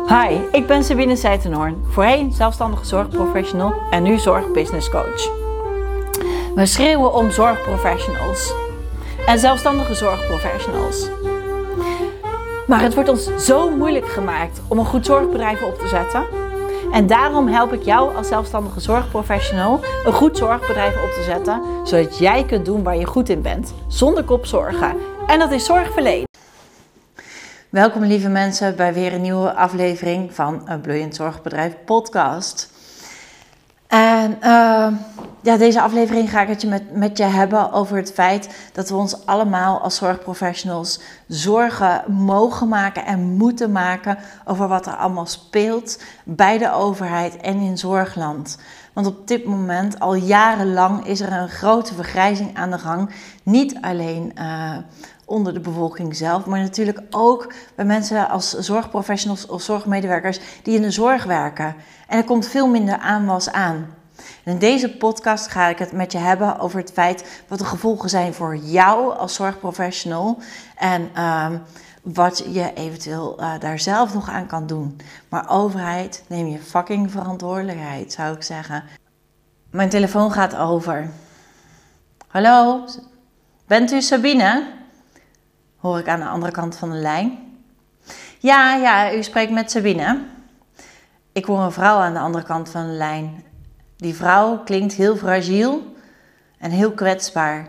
Hi, ik ben Sabine Seitenhoorn, voorheen zelfstandige zorgprofessional en nu zorgbusinesscoach. We schreeuwen om zorgprofessionals en zelfstandige zorgprofessionals. Maar het wordt ons zo moeilijk gemaakt om een goed zorgbedrijf op te zetten. En daarom help ik jou als zelfstandige zorgprofessional een goed zorgbedrijf op te zetten, zodat jij kunt doen waar je goed in bent, zonder kopzorgen. En dat is zorgverlenen. Welkom lieve mensen bij weer een nieuwe aflevering van een Bloeiend Zorgbedrijf podcast. En deze aflevering ga ik het met je hebben over het feit dat we ons allemaal als zorgprofessionals zorgen mogen maken en moeten maken over wat er allemaal speelt bij de overheid en in zorgland. Want op dit moment, al jarenlang, is er een grote vergrijzing aan de gang. Niet alleen onder de bevolking zelf, maar natuurlijk ook bij mensen als zorgprofessionals of zorgmedewerkers die in de zorg werken. En er komt veel minder aanwas aan. En in deze podcast ga ik het met je hebben over het feit wat de gevolgen zijn voor jou als zorgprofessional en wat je eventueel daar zelf nog aan kan doen. Maar overheid, neem je fucking verantwoordelijkheid, zou ik zeggen. Mijn telefoon gaat over. Hallo, bent u Sabine? Hoor ik aan de andere kant van de lijn. Ja, u spreekt met Sabine. Ik hoor een vrouw aan de andere kant van de lijn. Die vrouw klinkt heel fragiel en heel kwetsbaar.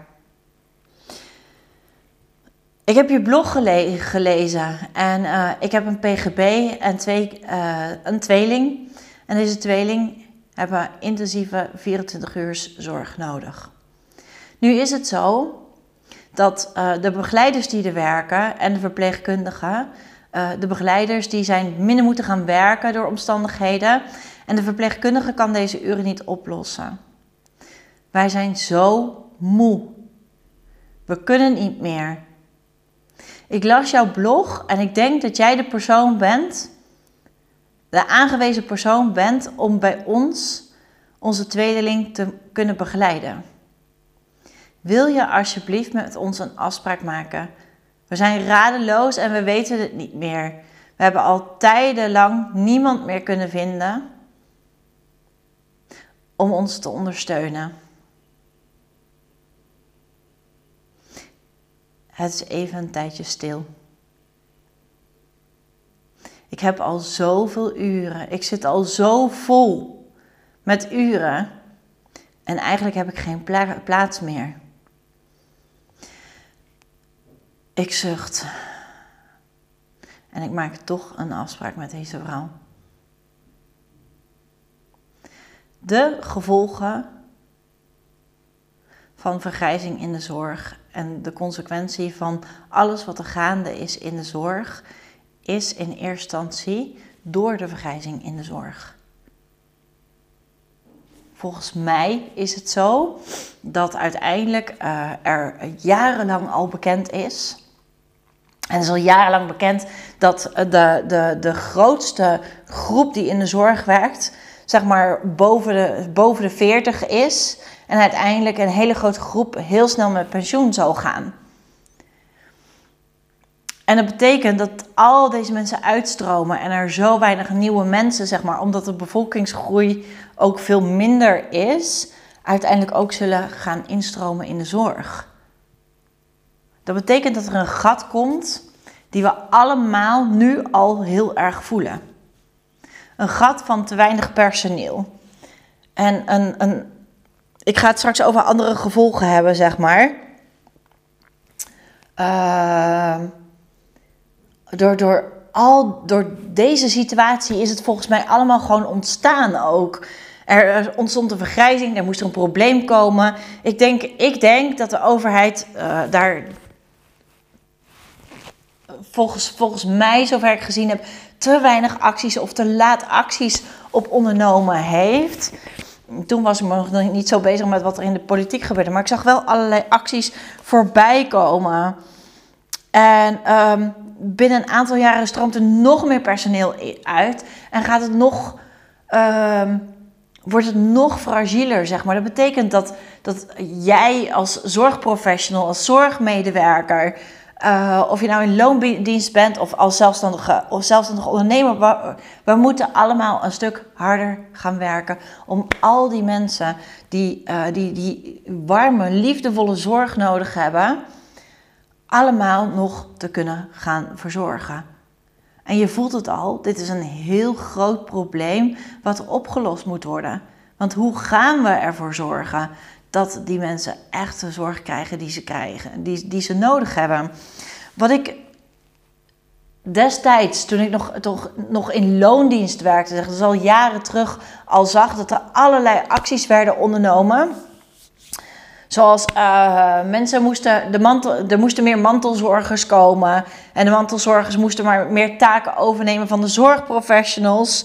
Ik heb je blog gelezen en ik heb een PGB en een tweeling. En deze tweeling hebben intensieve 24 uur zorg nodig. Nu is het zo dat de begeleiders die er werken en de verpleegkundigen, de begeleiders die zijn minder moeten gaan werken door omstandigheden en de verpleegkundige kan deze uren niet oplossen. Wij zijn zo moe. We kunnen niet meer. Ik las jouw blog en ik denk dat jij de persoon bent, de aangewezen persoon bent om bij ons, onze tweedeling, te kunnen begeleiden. Wil je alsjeblieft met ons een afspraak maken? We zijn radeloos en we weten het niet meer. We hebben al tijdenlang niemand meer kunnen vinden om ons te ondersteunen. Het is even een tijdje stil. Ik heb al zoveel uren. Ik zit al zo vol met uren. En eigenlijk heb ik geen plaats meer. Ik zucht. En ik maak toch een afspraak met deze vrouw. De gevolgen van vergrijzing in de zorg en de consequentie van alles wat er gaande is in de zorg, is in eerste instantie door de vergrijzing in de zorg. Volgens mij is het zo dat uiteindelijk er jarenlang al bekend is. En het is al jarenlang bekend dat de grootste groep die in de zorg werkt, zeg maar boven de 40 is. En uiteindelijk een hele grote groep heel snel met pensioen zal gaan. En dat betekent dat al deze mensen uitstromen en er zo weinig nieuwe mensen, zeg maar, omdat de bevolkingsgroei ook veel minder is, uiteindelijk ook zullen gaan instromen in de zorg. Dat betekent dat er een gat komt die we allemaal nu al heel erg voelen. Een gat van te weinig personeel. En ik ga het straks over andere gevolgen hebben, zeg maar. Door deze situatie is het volgens mij allemaal gewoon ontstaan ook. Er ontstond een vergrijzing, er moest er een probleem komen. Ik denk dat de overheid daar volgens mij, zover ik gezien heb, te weinig acties of te laat acties op ondernomen heeft. Toen was ik nog niet zo bezig met wat er in de politiek gebeurde. Maar ik zag wel allerlei acties voorbij komen. En binnen een aantal jaren stroomt er nog meer personeel uit. En wordt het nog fragieler, zeg maar. Dat betekent dat jij als zorgprofessional, als zorgmedewerker Of je nou in loondienst bent of als zelfstandige ondernemer. We moeten allemaal een stuk harder gaan werken om al die mensen die warme, liefdevolle zorg nodig hebben, allemaal nog te kunnen gaan verzorgen. En je voelt het al, dit is een heel groot probleem wat opgelost moet worden. Want hoe gaan we ervoor zorgen dat die mensen echt de zorg krijgen die ze krijgen, die ze nodig hebben? Wat ik destijds, toen ik nog in loondienst werkte, dat is al jaren terug, al zag dat er allerlei acties werden ondernomen. Zoals er moesten meer mantelzorgers komen. En de mantelzorgers moesten maar meer taken overnemen van de zorgprofessionals.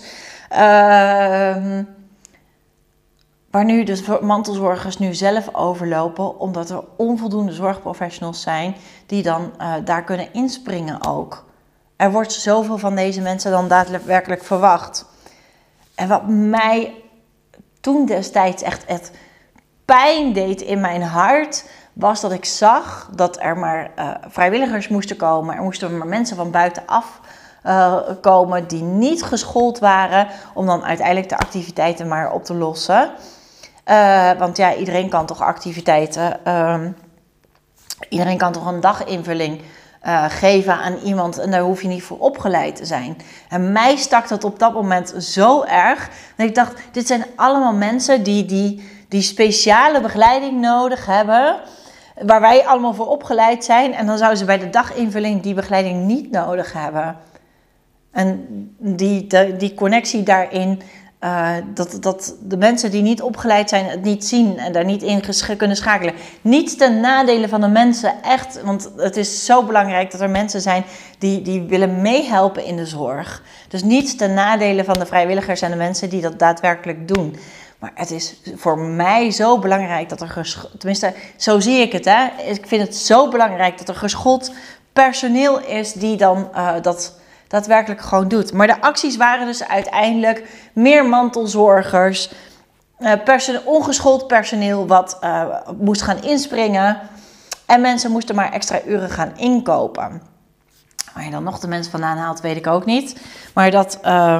Waar nu de mantelzorgers nu zelf overlopen, omdat er onvoldoende zorgprofessionals zijn die dan daar kunnen inspringen ook. Er wordt zoveel van deze mensen dan daadwerkelijk verwacht. En wat mij toen destijds echt pijn deed in mijn hart, was dat ik zag dat er maar vrijwilligers moesten komen. Er moesten maar mensen van buitenaf komen die niet geschoold waren om dan uiteindelijk de activiteiten maar op te lossen. Want ja, iedereen kan toch activiteiten, iedereen kan toch een daginvulling geven aan iemand en daar hoef je niet voor opgeleid te zijn. En mij stak dat op dat moment zo erg dat ik dacht, dit zijn allemaal mensen die speciale begeleiding nodig hebben, waar wij allemaal voor opgeleid zijn. En dan zouden ze bij de daginvulling die begeleiding niet nodig hebben. En die connectie daarin, dat de mensen die niet opgeleid zijn het niet zien en daar niet in kunnen schakelen. Niet ten nadele van de mensen, echt. Want het is zo belangrijk dat er mensen zijn die willen meehelpen in de zorg. Dus niet ten nadele van de vrijwilligers en de mensen die dat daadwerkelijk doen. Maar het is voor mij zo belangrijk dat tenminste, zo zie ik het. Hè? Ik vind het zo belangrijk dat er geschoold personeel is die dan dat daadwerkelijk gewoon doet. Maar de acties waren dus uiteindelijk meer mantelzorgers, ongeschoold personeel wat moest gaan inspringen. En mensen moesten maar extra uren gaan inkopen. Waar je dan nog de mensen vandaan haalt, weet ik ook niet. Maar dat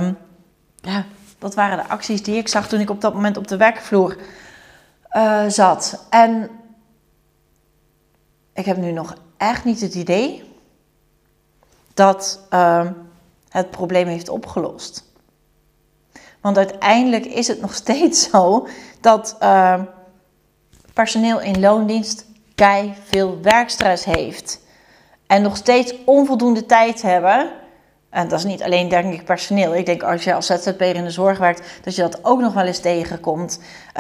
waren de acties die ik zag toen ik op dat moment op de werkvloer zat. En ik heb nu nog echt niet het idee dat het probleem heeft opgelost. Want uiteindelijk is het nog steeds zo dat personeel in loondienst veel werkstress heeft. En nog steeds onvoldoende tijd hebben. En dat is niet alleen, denk ik, personeel. Ik denk als je als ZZP'er in de zorg werkt, dat je dat ook nog wel eens tegenkomt.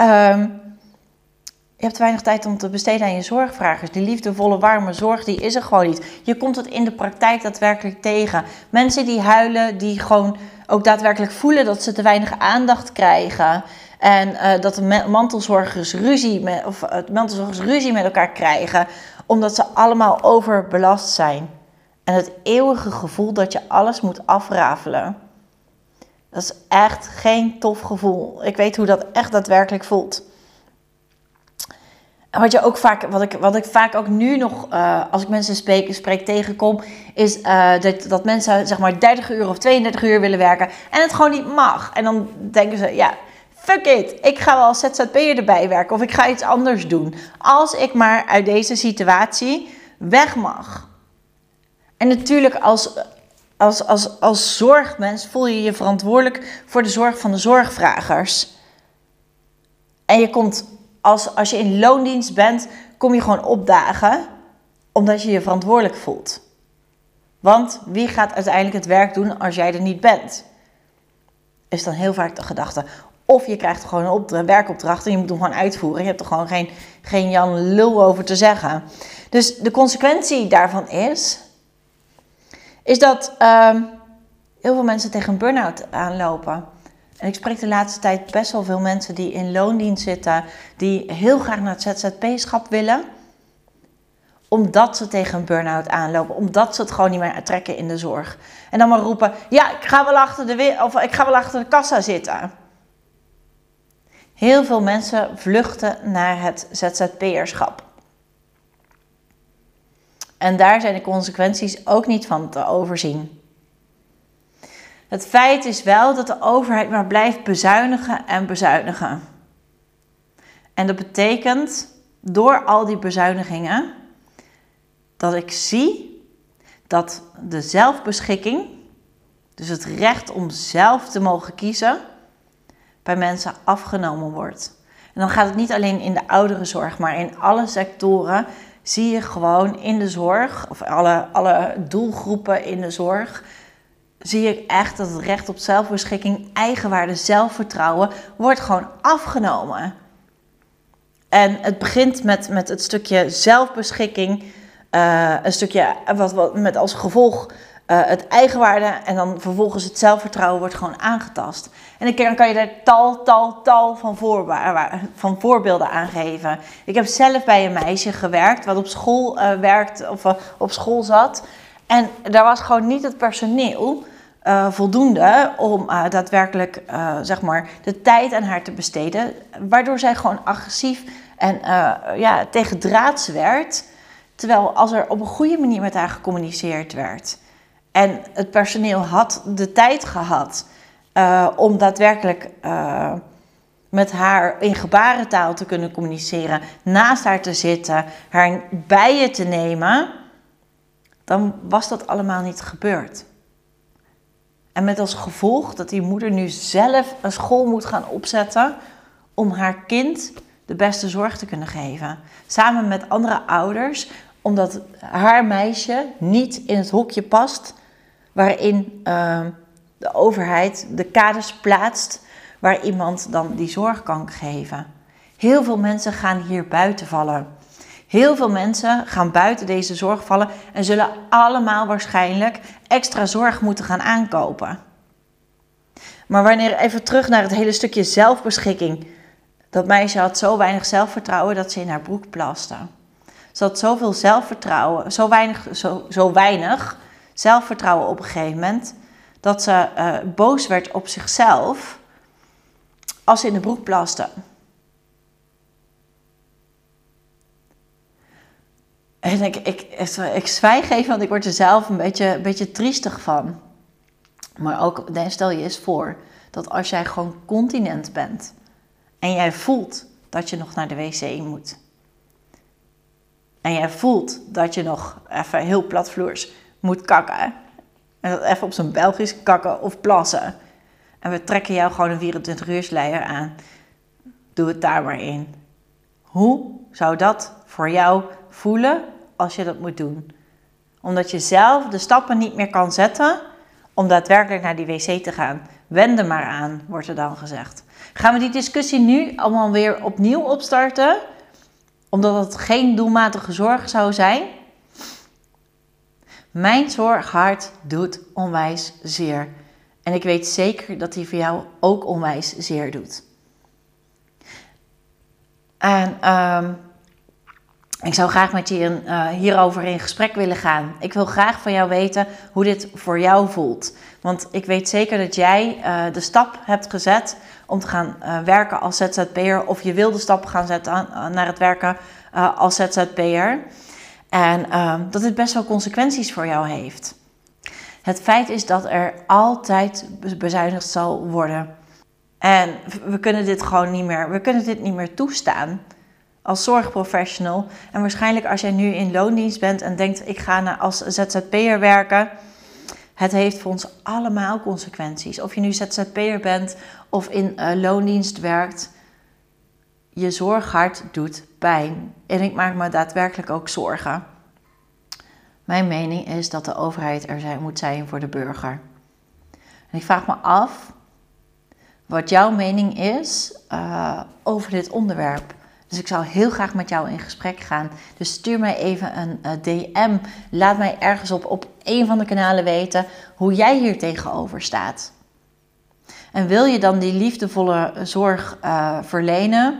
Je hebt te weinig tijd om te besteden aan je zorgvragers. Die liefdevolle, warme zorg, die is er gewoon niet. Je komt het in de praktijk daadwerkelijk tegen. Mensen die huilen, die gewoon ook daadwerkelijk voelen dat ze te weinig aandacht krijgen. En dat de mantelzorgers ruzie met elkaar krijgen, omdat ze allemaal overbelast zijn. En het eeuwige gevoel dat je alles moet afrafelen. Dat is echt geen tof gevoel. Ik weet hoe dat echt daadwerkelijk voelt. En wat ik vaak ook nu nog, als ik mensen spreek tegenkom, is dat mensen zeg maar 30 uur of 32 uur willen werken en het gewoon niet mag. En dan denken ze, ja, fuck it, ik ga wel als ZZP'er erbij werken of ik ga iets anders doen. Als ik maar uit deze situatie weg mag. En natuurlijk als zorgmens voel je je verantwoordelijk voor de zorg van de zorgvragers. En je komt, als je in loondienst bent, kom je gewoon opdagen, omdat je je verantwoordelijk voelt. Want wie gaat uiteindelijk het werk doen als jij er niet bent? Is dan heel vaak de gedachte. Of je krijgt gewoon een werkopdracht en je moet hem gewoon uitvoeren. Je hebt er gewoon geen Jan Lul over te zeggen. Dus de consequentie daarvan is dat heel veel mensen tegen een burn-out aanlopen. En ik spreek de laatste tijd best wel veel mensen die in loondienst zitten, die heel graag naar het ZZP-schap willen, omdat ze tegen een burn-out aanlopen, omdat ze het gewoon niet meer trekken in de zorg. En dan maar roepen, ja, ik ga wel achter de kassa zitten. Heel veel mensen vluchten naar het ZZP'erschap. En daar zijn de consequenties ook niet van te overzien. Het feit is wel dat de overheid maar blijft bezuinigen en bezuinigen. En dat betekent, door al die bezuinigingen, dat ik zie dat de zelfbeschikking, dus het recht om zelf te mogen kiezen, bij mensen afgenomen wordt. En dan gaat het niet alleen in de ouderenzorg, maar in alle sectoren zie je gewoon in de zorg, of alle doelgroepen in de zorg, zie je echt dat het recht op zelfbeschikking, eigenwaarde, zelfvertrouwen wordt gewoon afgenomen. En het begint met het stukje zelfbeschikking, een stukje wat met als gevolg het eigenwaarde en dan vervolgens het zelfvertrouwen wordt gewoon aangetast. En dan kan je daar tal van voorbeelden aan geven. Ik heb zelf bij een meisje gewerkt wat op school op school zat. En daar was gewoon niet het personeel voldoende om daadwerkelijk de tijd aan haar te besteden. Waardoor zij gewoon agressief en tegendraads werd. Terwijl als er op een goede manier met haar gecommuniceerd werd. En het personeel had de tijd gehad om daadwerkelijk met haar in gebarentaal te kunnen communiceren. Naast haar te zitten, haar bij je te nemen. Dan was dat allemaal niet gebeurd. En met als gevolg dat die moeder nu zelf een school moet gaan opzetten om haar kind de beste zorg te kunnen geven. Samen met andere ouders, omdat haar meisje niet in het hokje past waarin de overheid de kaders plaatst waar iemand dan die zorg kan geven. Heel veel mensen gaan hier buiten vallen. Heel veel mensen gaan buiten deze zorg vallen en zullen allemaal waarschijnlijk extra zorg moeten gaan aankopen. Maar wanneer even terug naar het hele stukje zelfbeschikking. Dat meisje had zo weinig zelfvertrouwen dat ze in haar broek plaste. Ze had zoveel zelfvertrouwen, zo weinig zelfvertrouwen op een gegeven moment, dat ze boos werd op zichzelf als ze in de broek plaste. En ik zwijg even, want ik word er zelf een beetje triestig van. Maar ook, stel je eens voor dat als jij gewoon continent bent en jij voelt dat je nog naar de wc moet. En jij voelt dat je nog even heel platvloers moet kakken. En dat even op zo'n Belgisch kakken of plassen. En we trekken jou gewoon een 24-uursleier aan. Doe het daar maar in. Hoe zou dat voor jou voelen als je dat moet doen? Omdat je zelf de stappen niet meer kan zetten om daadwerkelijk naar die wc te gaan. Wend er maar aan, wordt er dan gezegd. Gaan we die discussie nu allemaal weer opnieuw opstarten? Omdat het geen doelmatige zorg zou zijn? Mijn zorghart doet onwijs zeer. En ik weet zeker dat die voor jou ook onwijs zeer doet. En ik zou graag met je hierover in gesprek willen gaan. Ik wil graag van jou weten hoe dit voor jou voelt. Want ik weet zeker dat jij de stap hebt gezet om te gaan werken als ZZP'er. Of je wil de stap gaan zetten naar het werken als ZZP'er. En dat het best wel consequenties voor jou heeft. Het feit is dat er altijd bezuinigd zal worden. En we kunnen dit niet meer toestaan als zorgprofessional. En waarschijnlijk als jij nu in loondienst bent en denkt, ik ga als ZZP'er werken. Het heeft voor ons allemaal consequenties. Of je nu ZZP'er bent of in loondienst werkt. Je zorghart doet pijn. En ik maak me daadwerkelijk ook zorgen. Mijn mening is dat de overheid moet zijn voor de burger. En ik vraag me af wat jouw mening is over dit onderwerp. Dus ik zou heel graag met jou in gesprek gaan. Dus stuur mij even een DM. Laat mij ergens op een van de kanalen weten hoe jij hier tegenover staat. En wil je dan die liefdevolle zorg verlenen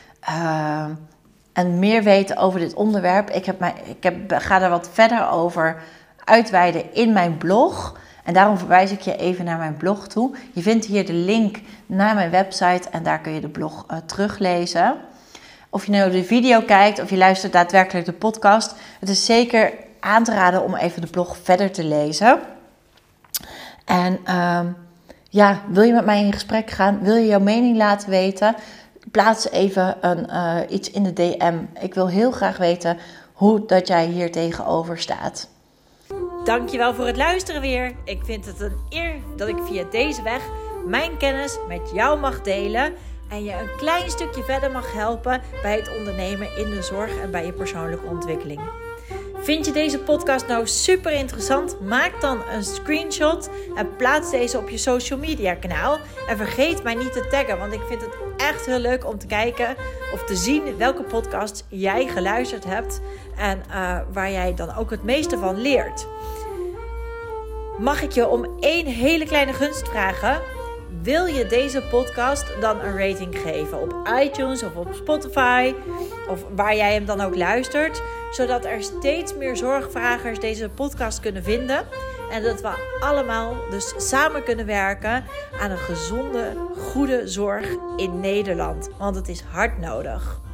en meer weten over dit onderwerp? Ik ga daar wat verder over uitweiden in mijn blog. En daarom verwijs ik je even naar mijn blog toe. Je vindt hier de link naar mijn website en daar kun je de blog teruglezen. Of je nou de video kijkt of je luistert daadwerkelijk de podcast. Het is zeker aan te raden om even de blog verder te lezen. En wil je met mij in gesprek gaan? Wil je jouw mening laten weten? Plaats even iets in de DM. Ik wil heel graag weten hoe dat jij hier tegenover staat. Dankjewel voor het luisteren weer. Ik vind het een eer dat ik via deze weg mijn kennis met jou mag delen en je een klein stukje verder mag helpen bij het ondernemen in de zorg en bij je persoonlijke ontwikkeling. Vind je deze podcast nou super interessant? Maak dan een screenshot en plaats deze op je social media kanaal. En vergeet mij niet te taggen, want ik vind het echt heel leuk om te kijken of te zien welke podcasts jij geluisterd hebt en waar jij dan ook het meeste van leert. Mag ik je om 1 hele kleine gunst vragen? Wil je deze podcast dan een rating geven op iTunes of op Spotify of waar jij hem dan ook luistert, zodat er steeds meer zorgvragers deze podcast kunnen vinden en dat we allemaal dus samen kunnen werken aan een gezonde, goede zorg in Nederland, want het is hard nodig.